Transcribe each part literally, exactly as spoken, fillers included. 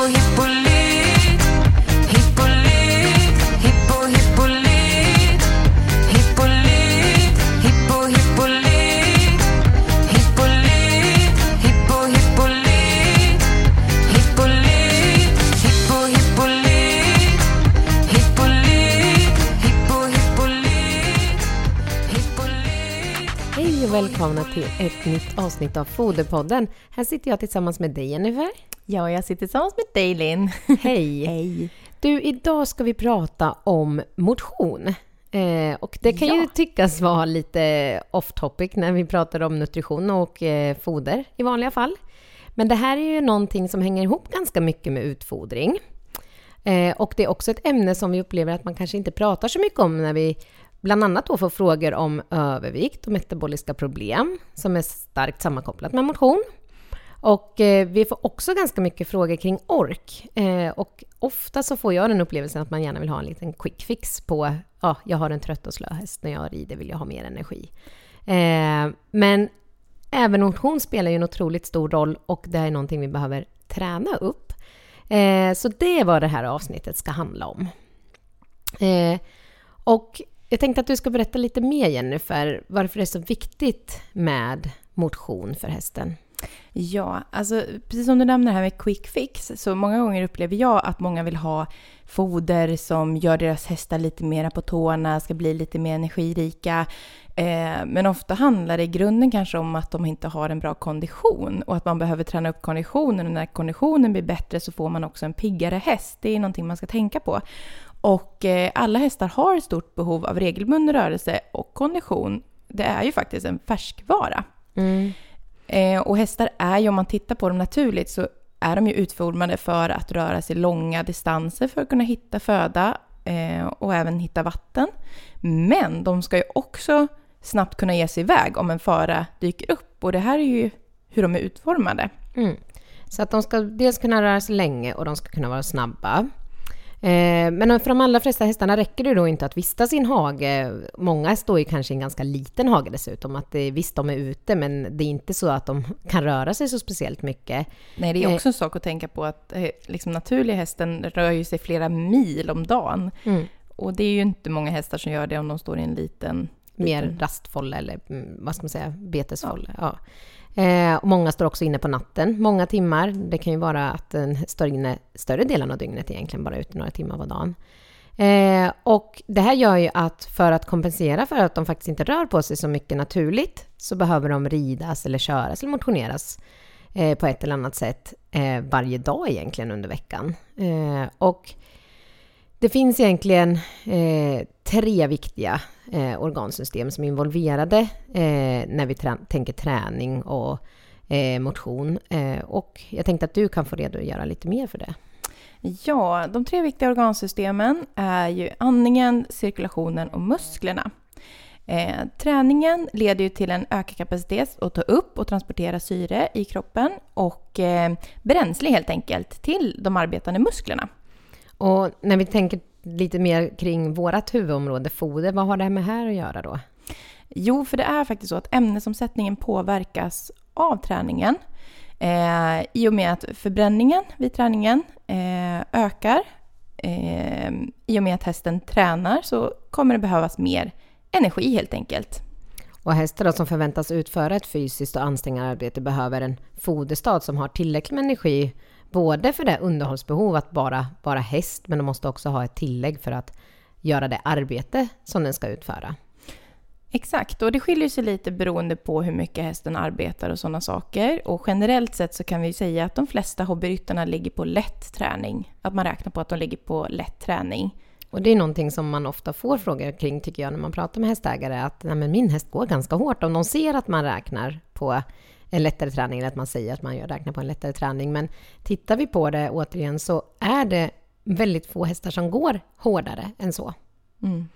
hippolyt, hippolyt, hippo, hippolyt, hippolyt, hippo, hippolyt, hippolyt, hippo, hippolyt, hippolyt, hippo, hippolyt, hippolyt, hippo, hippolyt, hippolyt. Hej och välkomna till ett nytt avsnitt av Foderpodden. Här sitter jag tillsammans med dig, Jennifer. Ja, och jag sitter tillsammans med dig, Linn. Hej. Hej. Du, idag ska vi prata om motion. Eh, och det kan Ja. ju tyckas vara lite off topic när vi pratar om nutrition och eh, foder i vanliga fall. Men det här är ju någonting som hänger ihop ganska mycket med utfodring. Eh, och det är också ett ämne som vi upplever att man kanske inte pratar så mycket om när vi bland annat då får frågor om övervikt och metaboliska problem som är starkt sammankopplat med motion. Och eh, vi får också ganska mycket frågor kring ork. Eh, och ofta så får jag den upplevelsen att man gärna vill ha en liten quick fix på ja, jag har en trött och slö häst, när jag rider vill jag ha mer energi. Eh, men även motion spelar ju en otroligt stor roll och det är någonting vi behöver träna upp. Eh, så det är vad det här avsnittet ska handla om. Eh, och jag tänkte att du ska berätta lite mer, Jennifer, varför det är så viktigt med motion för hästen. Ja, alltså precis som du nämner här med quick fix, så många gånger upplever jag att många vill ha foder som gör deras hästar lite mera på tårna, ska bli lite mer energirika. Eh, men ofta handlar det i grunden kanske om att de inte har en bra kondition och att man behöver träna upp konditionen, och när konditionen blir bättre så får man också en piggare häst. Det är någonting man ska tänka på. Och eh, alla hästar har ett stort behov av regelbunden rörelse, och kondition, det är ju faktiskt en färskvara. Mm. Eh, och hästar är ju, om man tittar på dem naturligt, så är de ju utformade för att röra sig långa distanser för att kunna hitta föda eh, och även hitta vatten. Men de ska ju också snabbt kunna ge sig iväg om en fara dyker upp, och det här är ju hur de är utformade. Mm. Så att de ska dels kunna röra sig länge och de ska kunna vara snabba. Eh, men för de allra flesta hästarna räcker det då inte att vistas i en hage. Många står ju kanske i en ganska liten hage dessutom. Att det, visst, de är ute, men det är inte så att de kan röra sig så speciellt mycket. Nej, det är också en sak att tänka på att eh, liksom naturliga hästen rör ju sig flera mil om dagen. Mm. Och det är ju inte många hästar som gör det om de står i en liten... Mer liten... rastfolla eller vad ska man säga, betesfolla. Ja. Ja. Eh, och många står också inne på natten, många timmar. Det kan ju vara att den står inne större delen av dygnet egentligen, bara ute några timmar var dagen. Eh, och det här gör ju att för att kompensera för att de faktiskt inte rör på sig så mycket naturligt, så behöver de ridas eller köras eller motioneras eh, på ett eller annat sätt eh, varje dag egentligen under veckan. Eh, och det finns egentligen eh, tre viktiga eh, organsystem som är involverade eh, när vi trä- tänker träning och eh, motion. Eh, och jag tänkte att du kan få redogöra lite mer för det. Ja, de tre viktiga organsystemen är ju andningen, cirkulationen och musklerna. Eh, träningen leder ju till en ökad kapacitet att ta upp och transportera syre i kroppen och eh, bränsle helt enkelt till de arbetande musklerna. Och när vi tänker lite mer kring vårat huvudområde, foder, vad har det med här att göra då? Jo, för det är faktiskt så att ämnesomsättningen påverkas av träningen. Eh, I och med att förbränningen vid träningen eh, ökar. Eh, I och med att hästen tränar så kommer det behövas mer energi helt enkelt. Och hästar då som förväntas utföra ett fysiskt och ansträngande arbete behöver en foderstat som har tillräckligt med energi, både för det underhållsbehov att bara vara häst, men de måste också ha ett tillägg för att göra det arbete som den ska utföra. Exakt, och det skiljer sig lite beroende på hur mycket hästen arbetar och sådana saker. Och generellt sett så kan vi säga att de flesta hobbyryttarna ligger på lätt träning. Att man räknar på att de ligger på lätt träning. Och det är någonting som man ofta får frågor kring, tycker jag, när man pratar med hästägare. Att nej, men min häst går ganska hårt. Om de ser att man räknar på en lättare träning, eller att man säger att man gör räknar på en lättare träning. Men tittar vi på det återigen så är det väldigt få hästar som går hårdare än så. Mm.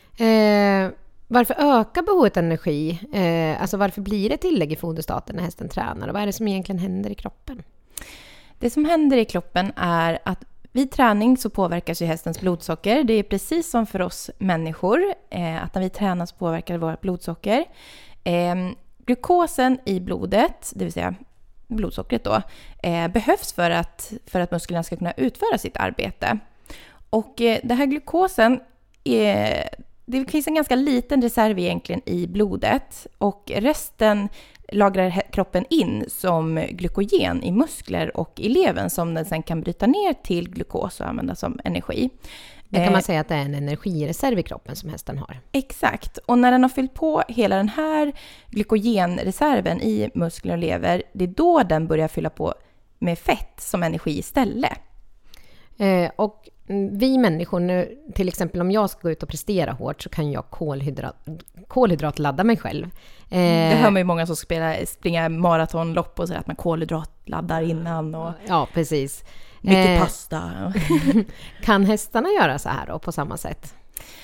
Eh, varför ökar behovet av energi? Eh, alltså varför blir det tillägg i foderstaten när hästen tränar? Och vad är det som egentligen händer i kroppen? Det som händer i kroppen är att vid träning så påverkas ju hästens blodsocker. Det är precis som för oss människor. Eh, att när vi tränar så påverkar vårt blodsocker. Eh, glukosen i blodet, det vill säga blodsockret då, eh, behövs för att, för att musklerna ska kunna utföra sitt arbete. Och eh, det här glukosen, är, det finns en ganska liten reserv egentligen i blodet och resten lagrar kroppen in som glykogen i muskler och i levern som den sen kan bryta ner till glukos och använda som energi. Det kan man säga att det är en energireserv i kroppen som hästen har. Exakt. Och när den har fyllt på hela den här glykogenreserven i muskler och lever, det är då den börjar fylla på med fett som energi istället. Eh, och vi människor, nu, till exempel om jag ska gå ut och prestera hårt så kan jag kolhydrat, kolhydratladda mig själv. Eh, det hör man ju många som spelar, springer maratonlopp och säger att man kolhydratladdar innan. Och ja, precis. Mycket eh, pasta. Kan hästarna göra så här då, på samma sätt?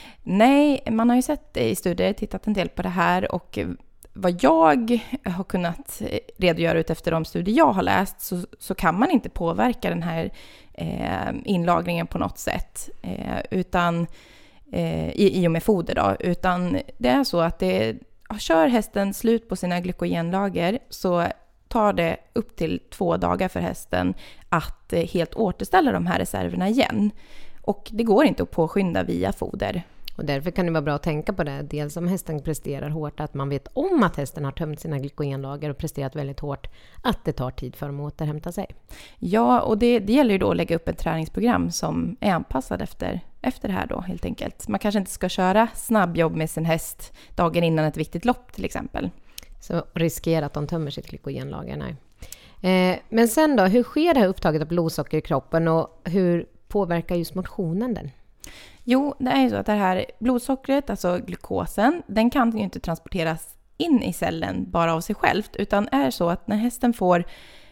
Nej, man har ju sett i studier, tittat en del på det här och vad jag har kunnat redogöra ut efter de studier jag har läst så, så kan man inte påverka den här eh, inlagringen på något sätt eh, utan eh, i, i och med foder då, utan det är så att det, kör hästen slut på sina glykogenlager så tar det upp till två dagar för hästen att eh, helt återställa de här reserverna igen. Och det går inte att påskynda via foder. Och därför kan det vara bra att tänka på det. Dels om hästen presterar hårt, att man vet om att hästen har tömt sina glykogenlager och presterat väldigt hårt, att det tar tid för dem att återhämta sig. Ja, och det, det gäller ju då att lägga upp ett träningsprogram som är anpassad efter, efter det här då helt enkelt. Man kanske inte ska köra snabbjobb med sin häst dagen innan ett viktigt lopp till exempel. Så riskera att de tömmer sitt glykogenlager, nej. Eh, men sen då, hur sker det här upptaget av blodsocker i kroppen och hur påverkar just motionen den? Jo, det är ju så att det här blodsockret, alltså glukosen, den kan ju inte transporteras in i cellen bara av sig självt, utan är så att när hästen får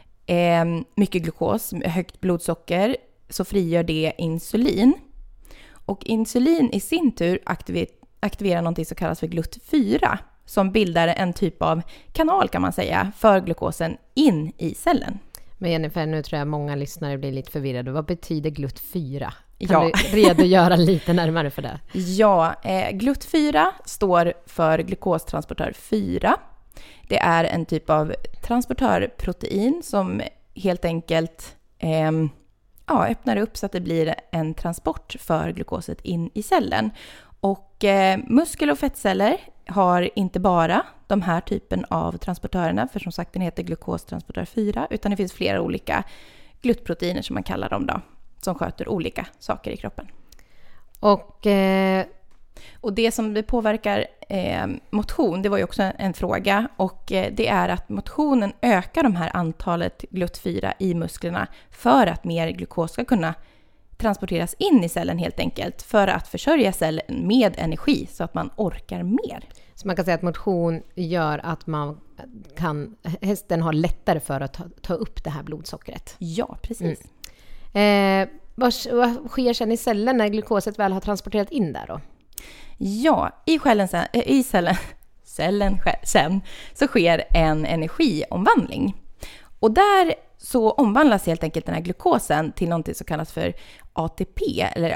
eh, mycket glukos, högt blodsocker, så frigör det insulin. Och insulin i sin tur aktiver- aktiverar något som kallas för glut fyra, som bildar en typ av kanal kan man säga, för glukosen in i cellen. Men Jennifer, nu tror jag många lyssnare blir lite förvirrade. Vad betyder glut fyra? Kan Ja. du redogöra lite närmare för det? Ja, eh, glut fyra står för glukostransportör fyra. Det är en typ av transportörprotein som helt enkelt eh, ja, öppnar upp så att det blir en transport för glukoset in i cellen. Och eh, muskel- och fettceller har inte bara de här typen av transportörerna, för som sagt den heter glukostransportör fyra, utan det finns flera olika glutproteiner som man kallar dem då, som sköter olika saker i kroppen. Och, eh, och det som det påverkar eh, motion, det var ju också en, en fråga, och eh, det är att motionen ökar de här antalet glut fyra i musklerna för att mer glukos ska kunna transporteras in i cellen helt enkelt, för att försörja cellen med energi så att man orkar mer. Så man kan säga att motion gör att man kan, hästen har lättare för att ta, ta upp det här blodsockret. Ja, precis. Mm. Eh, vad, vad sker sen i cellen när glukoset väl har transporterat in där då? Ja, i, själlen sen, äh, i cellen, cellen sen så sker en energiomvandling. Och där så omvandlas helt enkelt den här glukosen till något som kallas för A T P eller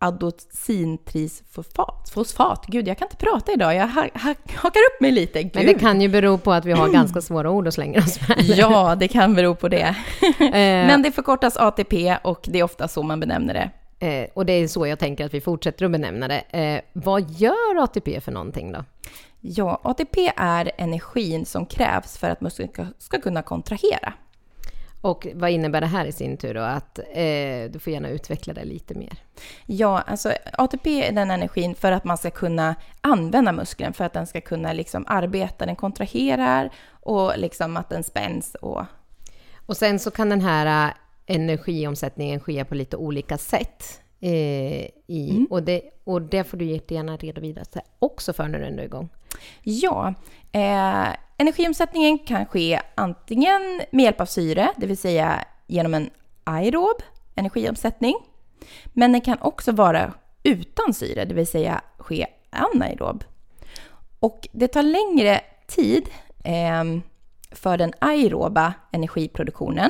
adotsintrifosfat. Fosfat. Gud, jag kan inte prata idag. Jag ha, ha, hakar upp mig lite. Gud. Men det kan ju bero på att vi har ganska svåra ord att slänga oss med. Ja, det kan bero på det. Men det förkortas A T P och det är ofta så man benämner det. Eh, och det är så jag tänker att vi fortsätter att benämna det. Eh, vad gör A T P för någonting då? Ja, A T P är energin som krävs för att muskeln ska, ska kunna kontrahera. Och vad innebär det här i sin tur då? Att, eh, du får gärna utveckla det lite mer. Ja, alltså A T P är den energin för att man ska kunna använda muskeln, för att den ska kunna liksom arbeta, den kontraherar och liksom att den spänns. Och, och sen så kan den här energiomsättningen ske på lite olika sätt. Eh, i, mm. och, det, och det får du gärna redovisa också för när du ändå är igång. Ja, eh, energiomsättningen kan ske antingen med hjälp av syre, det vill säga genom en aerob energiomsättning. Men den kan också vara utan syre, det vill säga ske anaerob. Och det tar längre tid eh, för den aeroba energiproduktionen.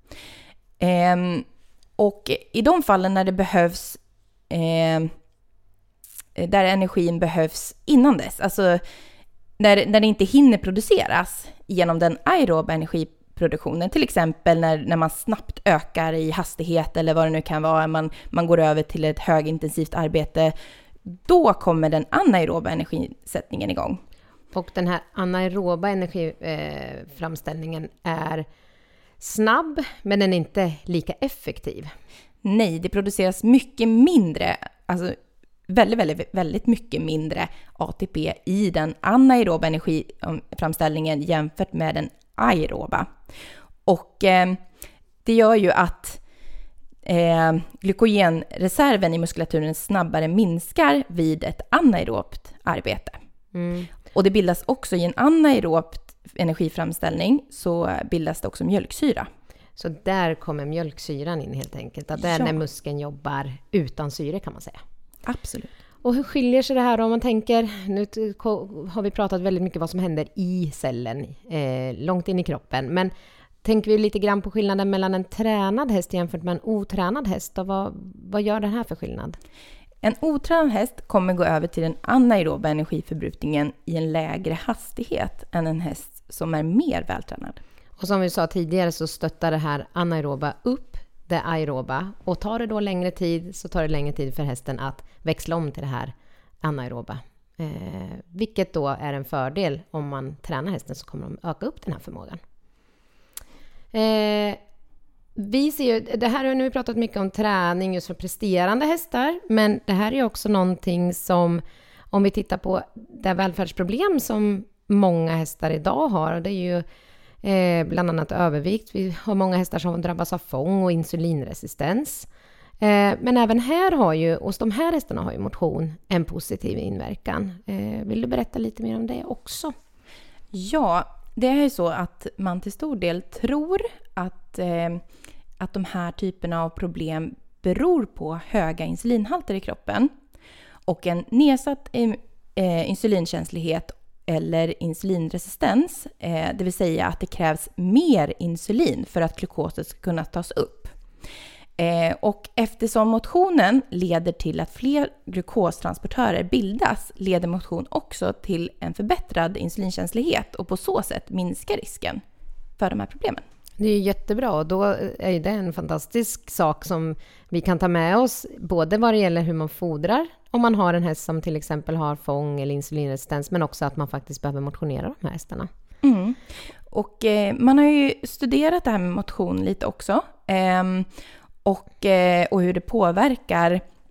Eh, och i de fallen när det behövs, eh, där energin behövs innan dess, alltså när, när det inte hinner produceras genom den aeroba energiproduktionen, produktionen. Till exempel när, när man snabbt ökar i hastighet eller vad det nu kan vara, man, man går över till ett högintensivt arbete, då kommer den anaeroba energisättningen igång. Och den här anaeroba energiframställningen är snabb, men den är inte lika effektiv. Nej, det produceras mycket mindre, alltså väldigt, väldigt, väldigt mycket mindre A T P i den anaeroba energiframställningen jämfört med den aeroba. Och eh, det gör ju att eh, glykogenreserven i muskulaturen snabbare minskar vid ett anaerobt arbete. Mm. Och det bildas också i en anaerobt energiframställning, så bildas det också mjölksyra. Så där kommer mjölksyran in helt enkelt. Att det är ja. när muskeln jobbar utan syre, kan man säga. Absolut. Och hur skiljer sig det här om man tänker, nu har vi pratat väldigt mycket vad som händer i cellen, eh, långt in i kroppen. Men tänker vi lite grann på skillnaden mellan en tränad häst jämfört med en otränad häst. Och vad, vad gör den här för skillnad? En otränad häst kommer gå över till den anaeroba energiförbrukningen i en lägre hastighet än en häst som är mer vältränad. Och som vi sa tidigare så stöttar det här anaeroba upp det aeroba. Och tar det då längre tid så tar det längre tid för hästen att växla om till det här anaeroba. Eh, vilket då är en fördel om man tränar hästen, så kommer de öka upp den här förmågan. Eh, vi ser ju, det här har nu pratat mycket om träning just för presterande hästar. Men det här är också någonting som, om vi tittar på det välfärdsproblem som många hästar idag har. Och det är ju Eh, bland annat övervikt. Vi har många hästar som drabbas av fång och insulinresistens. Eh, men även här har ju, hos de här hästarna har ju motion en positiv inverkan. Eh, vill du berätta lite mer om det också? Ja, det är ju så att man till stor del tror att, eh, att de här typerna av problem beror på höga insulinhalter i kroppen. Och en nedsatt eh, insulinkänslighet eller insulinresistens, eh, det vill säga att det krävs mer insulin för att glukoset ska kunna tas upp. Eh, och eftersom motionen leder till att fler glukostransportörer bildas, leder motion också till en förbättrad insulinkänslighet och på så sätt minskar risken för de här problemen. Det är jättebra, och då är det en fantastisk sak som vi kan ta med oss, både vad det gäller hur man fodrar om man har en häst som till exempel har fång eller insulinresistens, men också att man faktiskt behöver motionera de här hästarna. Mm. Och eh, man har ju studerat det här med motion lite också, eh, och, eh, och hur det påverkar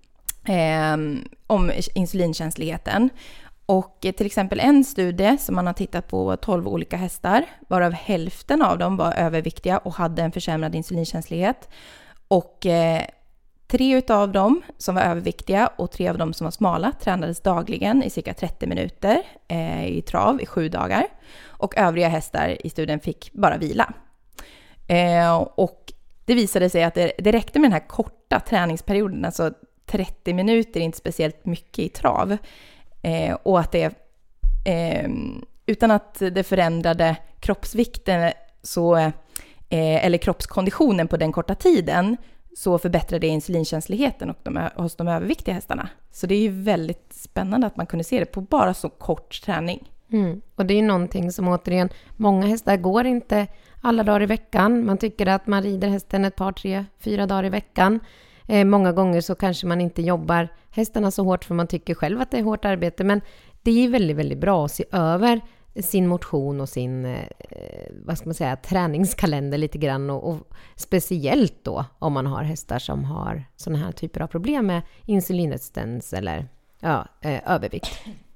eh, om insulinkänsligheten. Och till exempel en studie som man har tittat på tolv olika hästar, varav hälften av dem var överviktiga och hade en försämrad insulinkänslighet. Och eh, tre av dem som var överviktiga och tre av dem som var smala tränades dagligen i cirka trettio minuter eh, i trav i sju dagar. Och övriga hästar i studien fick bara vila. Eh, och det visade sig att det, det räckte med den här korta träningsperioden, alltså trettio minuter, inte speciellt mycket i trav. Eh, och att det, eh, utan att det förändrade kroppsvikten så, eh, eller kroppskonditionen på den korta tiden, så förbättrade det insulinkänsligheten och de, hos de överviktiga hästarna. Så det är ju väldigt spännande att man kunde se det på bara så kort träning. Mm. Och det är ju någonting som återigen, många hästar går inte alla dagar i veckan. Man tycker att man rider hästen ett par, tre, fyra dagar i veckan. Eh, många gånger så kanske man inte jobbar hästarna så hårt för man tycker själv att det är hårt arbete. Men det är väldigt, väldigt bra att se över sin motion och sin eh, vad ska man säga, träningskalender lite grann. Och, och speciellt då om man har hästar som har sådana här typer av problem med insulinresistens eller ja, eh, övervikt.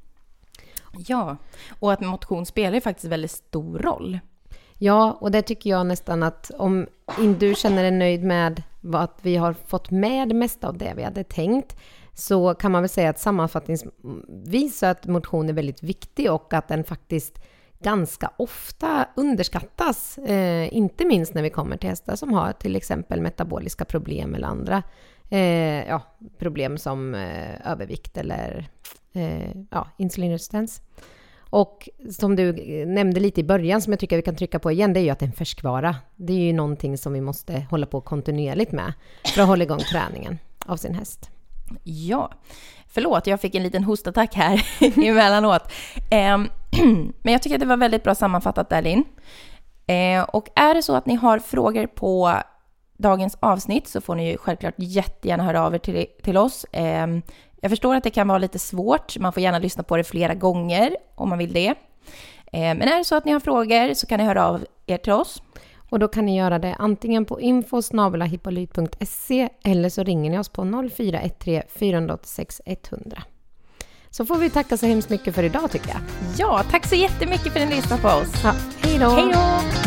Ja, och att motion spelar ju faktiskt väldigt stor roll. Ja, och det tycker jag nästan att om du känner dig nöjd med vad vi har fått med det mesta av det vi hade tänkt, så kan man väl säga att sammanfattningsvis att motion är väldigt viktig och att den faktiskt ganska ofta underskattas. Eh, inte minst när vi kommer till hästar som har till exempel metaboliska problem eller andra eh, ja, problem som eh, övervikt eller eh, ja, insulinresistens. Och som du nämnde lite i början, som jag tycker vi kan trycka på igen, det är ju att det är en färskvara. Det är ju någonting som vi måste hålla på kontinuerligt med för att hålla igång träningen av sin häst. Ja, förlåt, jag fick en liten hostattack här emellanåt. Eh, men jag tycker att det var väldigt bra sammanfattat där, Linn. Eh, och är det så att ni har frågor på dagens avsnitt så får ni ju självklart jättegärna höra av er till, till oss. Eh, jag förstår att det kan vara lite svårt. Man får gärna lyssna på det flera gånger om man vill det. Eh, men är det så att ni har frågor så kan ni höra av er till oss. Och då kan ni göra det antingen på info snabel-a hippolyt punkt se eller så ringer ni oss på noll fyra ett tre fyra åtta sex ett noll noll. Så får vi tacka så hemskt mycket för idag tycker jag. Ja, tack så jättemycket för att ni lyssnade på oss. Ja, hej då! Hej då!